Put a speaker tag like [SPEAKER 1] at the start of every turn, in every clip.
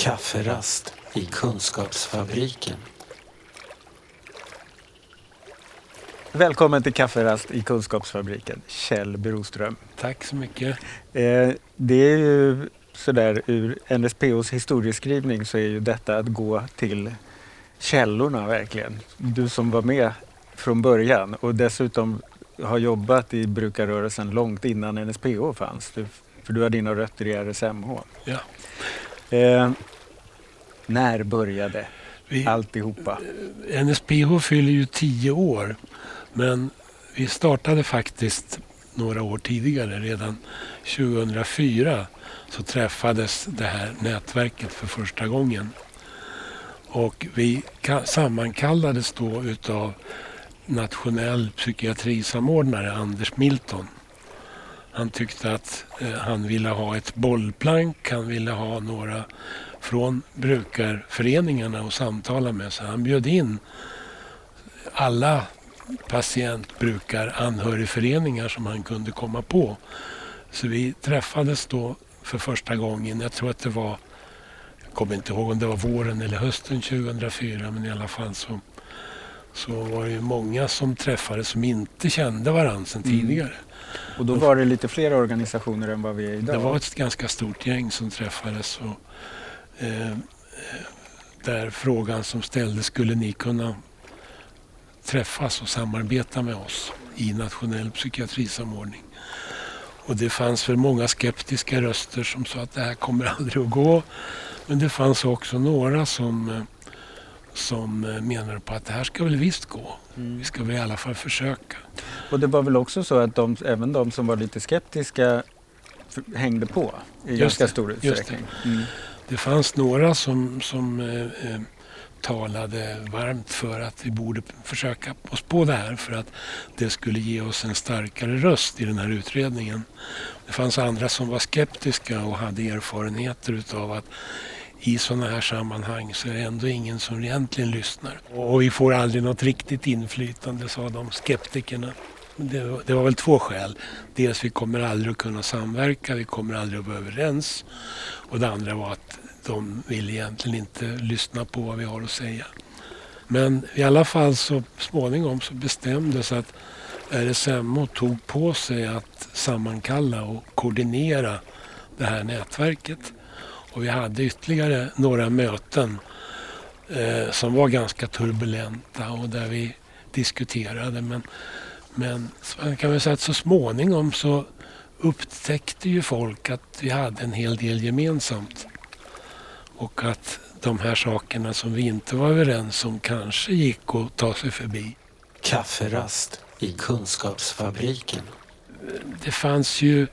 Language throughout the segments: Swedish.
[SPEAKER 1] Kafferast i Kunskapsfabriken.
[SPEAKER 2] Välkommen till Kafferast i Kunskapsfabriken, Kjell Broström.
[SPEAKER 3] Tack så mycket.
[SPEAKER 2] Det är ju sådär, ur NSPOs historieskrivning så är ju detta att gå till källorna verkligen. Du som var med från början och dessutom har jobbat i brukarrörelsen långt innan NSPO fanns. För du har dina rötter i RSMH.
[SPEAKER 3] Ja.
[SPEAKER 2] När började alltihopa?
[SPEAKER 3] NSPH fyller ju 10 år, men vi startade faktiskt några år tidigare. Redan 2004 så träffades det här nätverket för första gången. Och vi sammankallades då utav nationell psykiatrisamordnare Anders Milton. Han tyckte att han ville ha ett bollplank, han ville ha några från brukarföreningarna och samtala med. Så han bjöd in alla patient-, anhörigföreningar som han kunde komma på. Så vi träffades då för första gången. Jag tror att det var, jag kommer inte ihåg om det var våren eller hösten 2004, men i alla fall så var det ju många som träffades som inte kände varandra sedan tidigare.
[SPEAKER 2] Och då var det lite fler organisationer än vad vi är idag?
[SPEAKER 3] Det var ett ganska stort gäng som träffades och där frågan som ställdes, skulle ni kunna träffas och samarbeta med oss i nationell psykiatrisamordning? Och det fanns för många skeptiska röster som sa att det här kommer aldrig att gå. Men det fanns också några som menar på att det här ska väl visst gå. Vi ska väl i alla fall försöka.
[SPEAKER 2] Och det var väl också så att även de som var lite skeptiska hängde på i ganska stor utsträckning.
[SPEAKER 3] Det fanns några som talade varmt för att vi borde försöka oss på det här för att det skulle ge oss en starkare röst i den här utredningen. Det fanns andra som var skeptiska och hade erfarenheter utav att i sådana här sammanhang så är det ändå ingen som egentligen lyssnar. Och vi får aldrig något riktigt inflytande, sa de skeptikerna. Det var väl 2 skäl. Dels vi kommer aldrig att kunna samverka, vi kommer aldrig att vara överens. Och det andra var att de vill egentligen inte lyssna på vad vi har att säga. Men i alla fall så småningom så bestämdes att RSMH tog på sig att sammankalla och koordinera det här nätverket. Och vi hade ytterligare några möten som var ganska turbulenta och där vi diskuterade. Men kan man säga att så småningom så upptäckte ju folk att vi hade en hel del gemensamt. Och att de här sakerna som vi inte var överens om kanske gick att ta sig förbi.
[SPEAKER 1] Kafferast i Kunskapsfabriken.
[SPEAKER 3] Det fanns ju,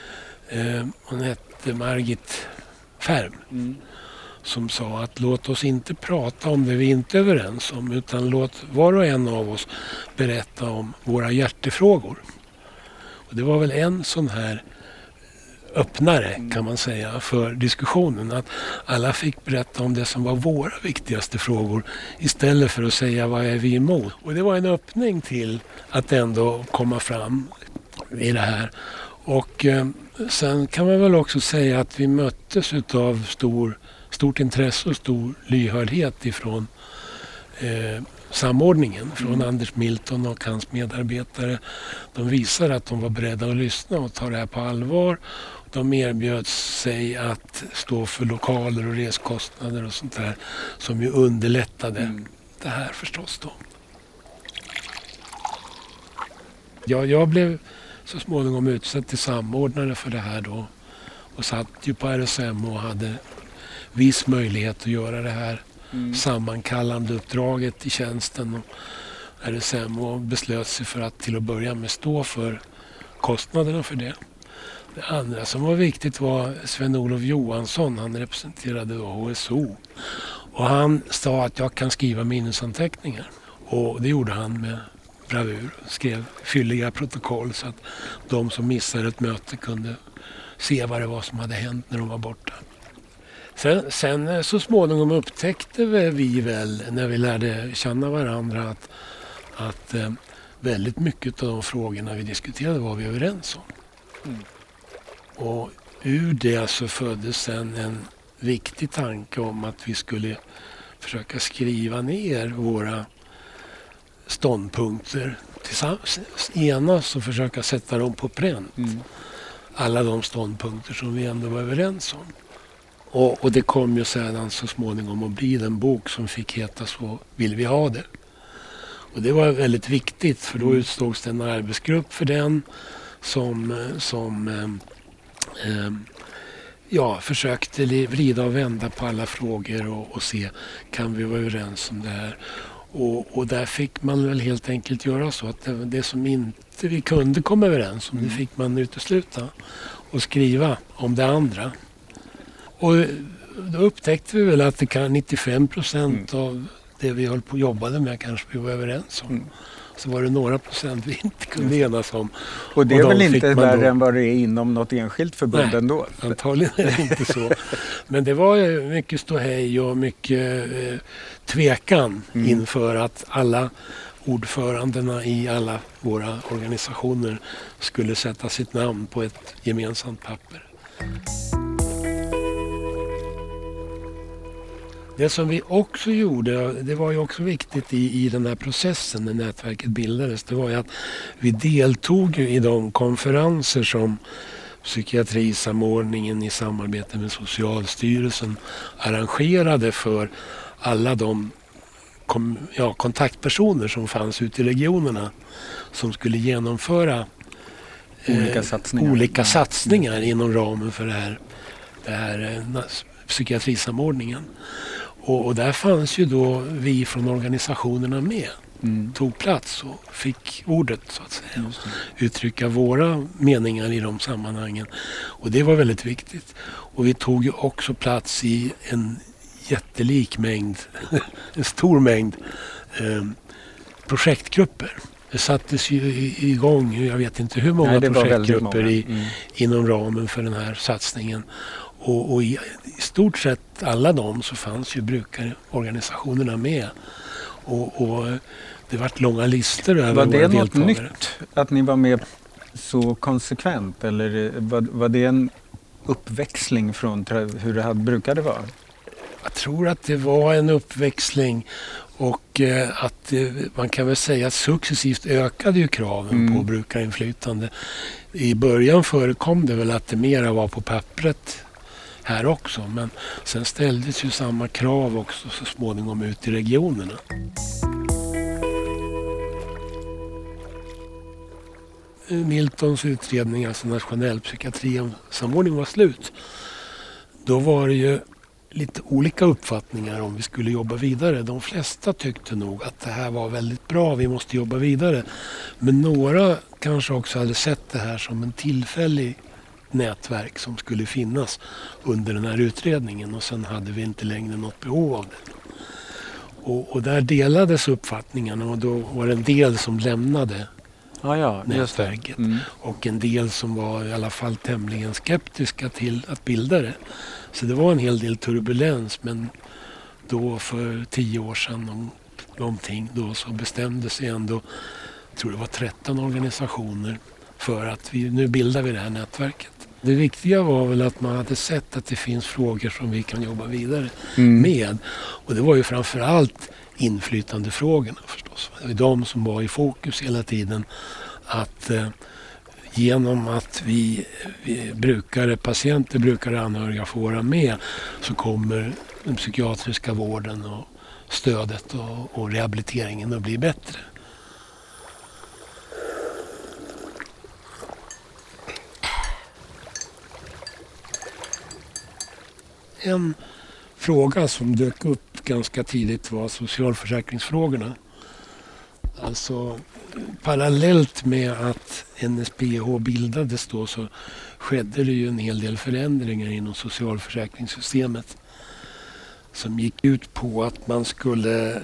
[SPEAKER 3] hon hette Margit Färm, som sa att låt oss inte prata om det vi inte är överens om, utan låt var och en av oss berätta om våra hjärtefrågor. Och det var väl en sån här öppnare, kan man säga, för diskussionen, att alla fick berätta om det som var våra viktigaste frågor istället för att säga vad är vi emot. Och det var en öppning till att ändå komma fram i det här. Och sen kan man väl också säga att vi möttes av stort intresse och stor lyhördhet ifrån samordningen, från Anders Milton och hans medarbetare. De visade att de var beredda att lyssna och ta det här på allvar. De erbjöd sig att stå för lokaler och reskostnader och sånt där som ju underlättade det här förstås då. Jag blev så småningom utsedd till samordnare för det här då och satt ju på RSM och hade viss möjlighet att göra det här sammankallande uppdraget i tjänsten. Och RSM och beslöt sig för att till att börja med stå för kostnaderna för det. Det andra som var viktigt var Sven-Olof Johansson, han representerade då HSO. Och han sa att jag kan skriva minnesanteckningar. Och det gjorde han med bravur, skrev fylliga protokoll så att de som missade ett möte kunde se vad det var som hade hänt när de var borta. Sen så småningom upptäckte vi väl när vi lärde känna varandra att väldigt mycket av de frågorna vi diskuterade var vi överens om. Och ur det så föddes sen en viktig tanke om att vi skulle försöka skriva ner våra ståndpunkter tillsammans, enas och försöka sätta dem på pränt. Alla de ståndpunkter som vi ändå var överens om. Och det kom ju sedan så småningom att bli den bok som fick heta Så vill vi ha det. Och det var väldigt viktigt, för då utsågs det en arbetsgrupp för den som försökte vrida och vända på alla frågor och se, kan vi vara överens om det här? Och där fick man väl helt enkelt göra så att det som inte vi kunde komma överens om, det fick man utesluta och skriva om det andra. Och då upptäckte vi väl att det kan 95% av det vi höll på och jobbade med kanske vi var överens om. Så var det några procent vi inte kunde enas om.
[SPEAKER 2] Och det är väl inte värre än vad det är inom något enskilt förbund ändå?
[SPEAKER 3] Antagligen är det inte så. Men det var ju mycket ståhej och mycket tvekan inför att alla ordförandena i alla våra organisationer skulle sätta sitt namn på ett gemensamt papper. Det som vi också gjorde, det var ju också viktigt i den här processen när nätverket bildades, det var ju att vi deltog i de konferenser som psykiatrisamordningen i samarbete med Socialstyrelsen arrangerade för alla de kontaktpersoner som fanns ute i regionerna som skulle genomföra olika satsningar inom ramen för det här psykiatrisamordningen. Och där fanns ju då vi från organisationerna med. Tog plats och fick ordet så att säga. Uttrycka våra meningar i de sammanhangen. Och det var väldigt viktigt. Och vi tog ju också plats i en jättelik mängd, en stor mängd projektgrupper. Det sattes ju igång, jag vet inte hur många projektgrupper inom ramen för den här satsningen. Och i stort sett alla de så fanns ju brukarorganisationerna med. Och det vart långa listor över våra deltagare. Var det något nytt
[SPEAKER 2] att ni var med så konsekvent? Eller var det en uppväxling från hur det brukade vara?
[SPEAKER 3] Jag tror att det var en uppväxling och att man kan väl säga att successivt ökade ju kraven på brukarinflytande. I början förekom det väl att det mera var på pappret här också, men sen ställdes ju samma krav också så småningom ut i regionerna. Miltons utredning, alltså nationell psykiatrisamordning, var slut. Då var det ju lite olika uppfattningar om vi skulle jobba vidare. De flesta tyckte nog att det här var väldigt bra, vi måste jobba vidare. Men några kanske också hade sett det här som en tillfällig nätverk som skulle finnas under den här utredningen, och sen hade vi inte längre något behov av det. Och där delades uppfattningarna, och då var det en del som lämnade nätverket och en del som var i alla fall tämligen skeptiska till att bilda det. Så det var en hel del turbulens, men då för 10 år sedan någonting, då så bestämde sig ändå, jag tror det var 13 organisationer, för att nu bildar vi det här nätverket. Det viktiga var väl att man hade sett att det finns frågor som vi kan jobba vidare med. Och det var ju framförallt inflytandefrågorna förstås. Det var de som var i fokus hela tiden. Att genom att vi brukare, patienter, brukare, anhöriga får vara med, så kommer den psykiatriska vården och stödet och rehabiliteringen att bli bättre. En fråga som dök upp ganska tidigt var socialförsäkringsfrågorna. Alltså parallellt med att NSPH bildades då, så skedde det ju en hel del förändringar inom socialförsäkringssystemet som gick ut på att man skulle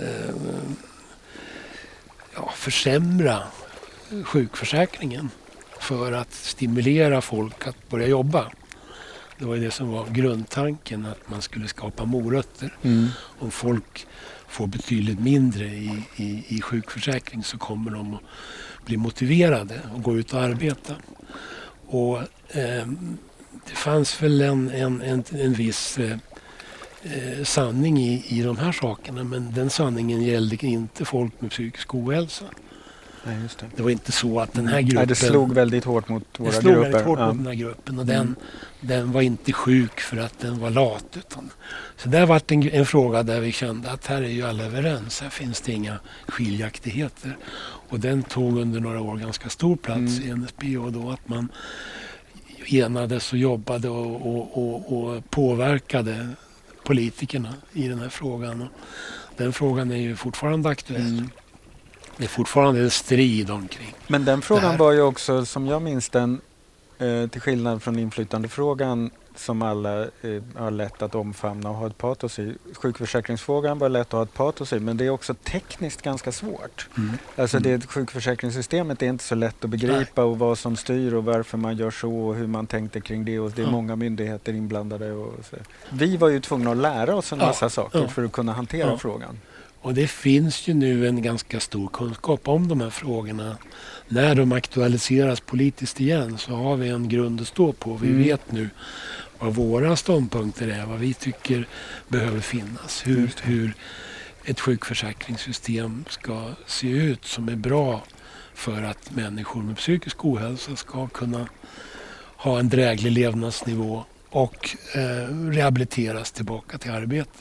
[SPEAKER 3] försämra sjukförsäkringen för att stimulera folk att börja jobba. Det var ju det som var grundtanken, att man skulle skapa morötter. Om folk får betydligt mindre i sjukförsäkring, så kommer de att bli motiverade att gå ut och arbeta. Och det fanns väl en viss sanning i de här sakerna, men den sanningen gällde inte folk med psykisk ohälsa.
[SPEAKER 2] Nej, just det.
[SPEAKER 3] Det var inte så att den här gruppen...
[SPEAKER 2] Nej, det slog väldigt hårt mot våra grupper.
[SPEAKER 3] Det slog väldigt hårt mot den här gruppen och den var inte sjuk för att den var lat. Utan, så där var det en fråga där vi kände att här är ju alla överens. Här finns det inga skiljaktigheter. Och den tog under några år ganska stor plats i NSPH då, att man enades och jobbade och påverkade politikerna i den här frågan. Och den frågan är ju fortfarande aktuell. Det är fortfarande en strid omkring.
[SPEAKER 2] Men den frågan var ju också, som jag minns den, till skillnad från inflytandefrågan som alla har lätt att omfamna och ha ett patos i. Sjukförsäkringsfrågan var lätt att ha ett patos i, men det är också tekniskt ganska svårt. Alltså sjukförsäkringssystemet är inte så lätt att begripa och vad som styr och varför man gör så och hur man tänkte kring det, och det är många myndigheter inblandade. Och så. Vi var ju tvungna att lära oss en massa saker för att kunna hantera frågan.
[SPEAKER 3] Och det finns ju nu en ganska stor kunskap om de här frågorna. När de aktualiseras politiskt igen så har vi en grund att stå på. Vi vet nu vad våra ståndpunkter är, vad vi tycker behöver finnas. Hur ett sjukförsäkringssystem ska se ut som är bra för att människor med psykisk ohälsa ska kunna ha en dräglig levnadsnivå och rehabiliteras tillbaka till arbete.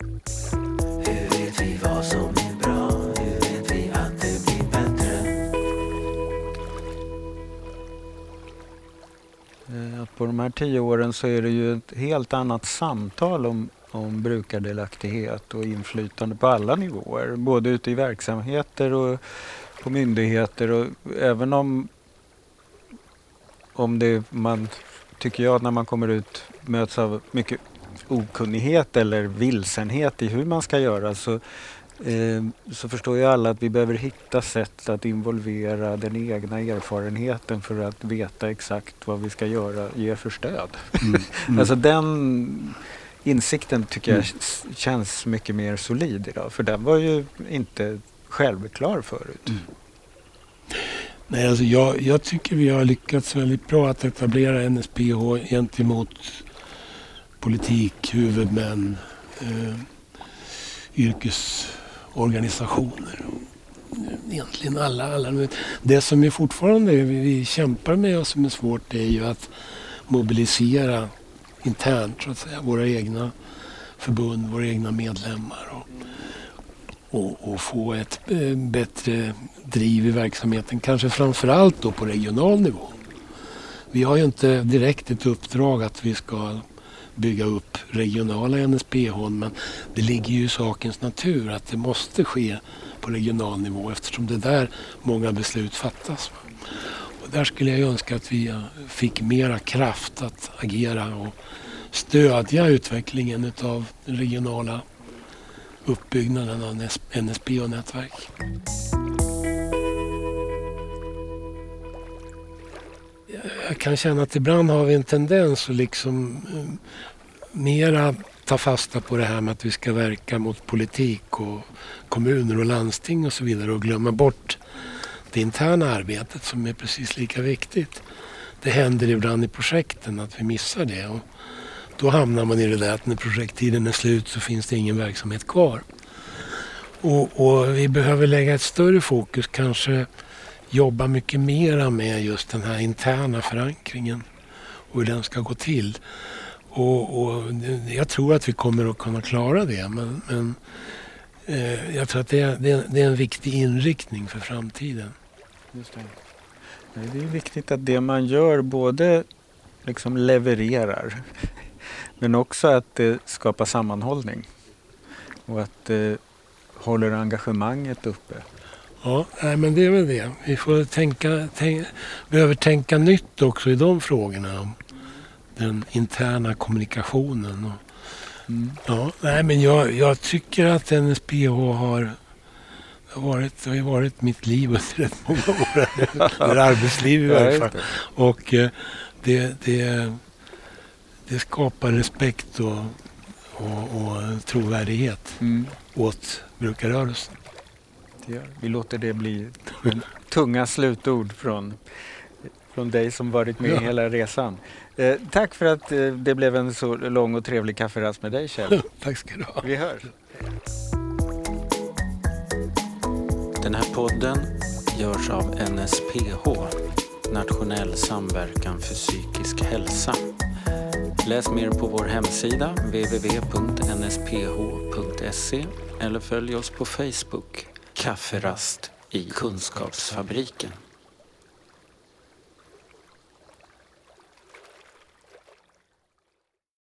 [SPEAKER 1] Vad som är bra, hur vet vi att det blir bättre?
[SPEAKER 2] På de här 10 åren så är det ju ett helt annat samtal om brukardelaktighet och inflytande på alla nivåer. Både ute i verksamheter och på myndigheter. Och även om det man tycker jag när man kommer ut möts av mycket okunnighet eller vilsenhet i hur man ska göra, så förstår ju alla att vi behöver hitta sätt att involvera den egna erfarenheten för att veta exakt vad vi ska göra, ge för stöd. Alltså den insikten tycker jag känns mycket mer solid idag, för den var ju inte självklar förut.
[SPEAKER 3] Nej, alltså jag tycker vi har lyckats väldigt bra att etablera NSPH gentemot politik, huvudmän, yrkesorganisationer. Egentligen alla. Det som är fortfarande vi kämpar med och som är svårt är ju att mobilisera internt så att säga, våra egna förbund, våra egna medlemmar och få ett bättre driv i verksamheten. Kanske framförallt då på regional nivå. Vi har ju inte direkt ett uppdrag att vi ska bygga upp regionala NSPH, men det ligger ju i sakens natur att det måste ske på regional nivå eftersom det är där många beslut fattas. Och där skulle jag önska att vi fick mera kraft att agera och stödja utvecklingen av den regionala uppbyggnaden av NSPH-nätverk. Jag kan känna att ibland har vi en tendens att liksom mera ta fasta på det här med att vi ska verka mot politik och kommuner och landsting och så vidare och glömma bort det interna arbetet som är precis lika viktigt. Det händer ibland i projekten att vi missar det och då hamnar man i det där att när projekttiden är slut så finns det ingen verksamhet kvar. Och vi behöver lägga ett större fokus, kanske jobba mycket mera med just den här interna förankringen och hur den ska gå till. Och jag tror att vi kommer att kunna klara det, men jag tror att det är en viktig inriktning för framtiden.
[SPEAKER 2] Just det. Det är viktigt att det man gör både liksom levererar men också att det skapar sammanhållning och att det håller engagemanget uppe.
[SPEAKER 3] Ja, men det är väl det. Vi får behöver tänka nytt också i de frågorna om den interna kommunikationen. Ja, men jag tycker att NSPH har varit mitt liv under rätt många år. Eller arbetsliv i varje fall. Och det skapar respekt och trovärdighet åt brukarrörelsen.
[SPEAKER 2] Vi låter det bli tunga slutord från från dig som varit med i hela resan. Tack för att det blev en så lång och trevlig kafferast med dig, Kjell.
[SPEAKER 3] Tack ska du ha.
[SPEAKER 2] Vi hörs.
[SPEAKER 1] Den här podden görs av NSPH, Nationell samverkan för psykisk hälsa. Läs mer på vår hemsida www.nsph.se eller följ oss på Facebook, Kafferast i Kunskapsfabriken.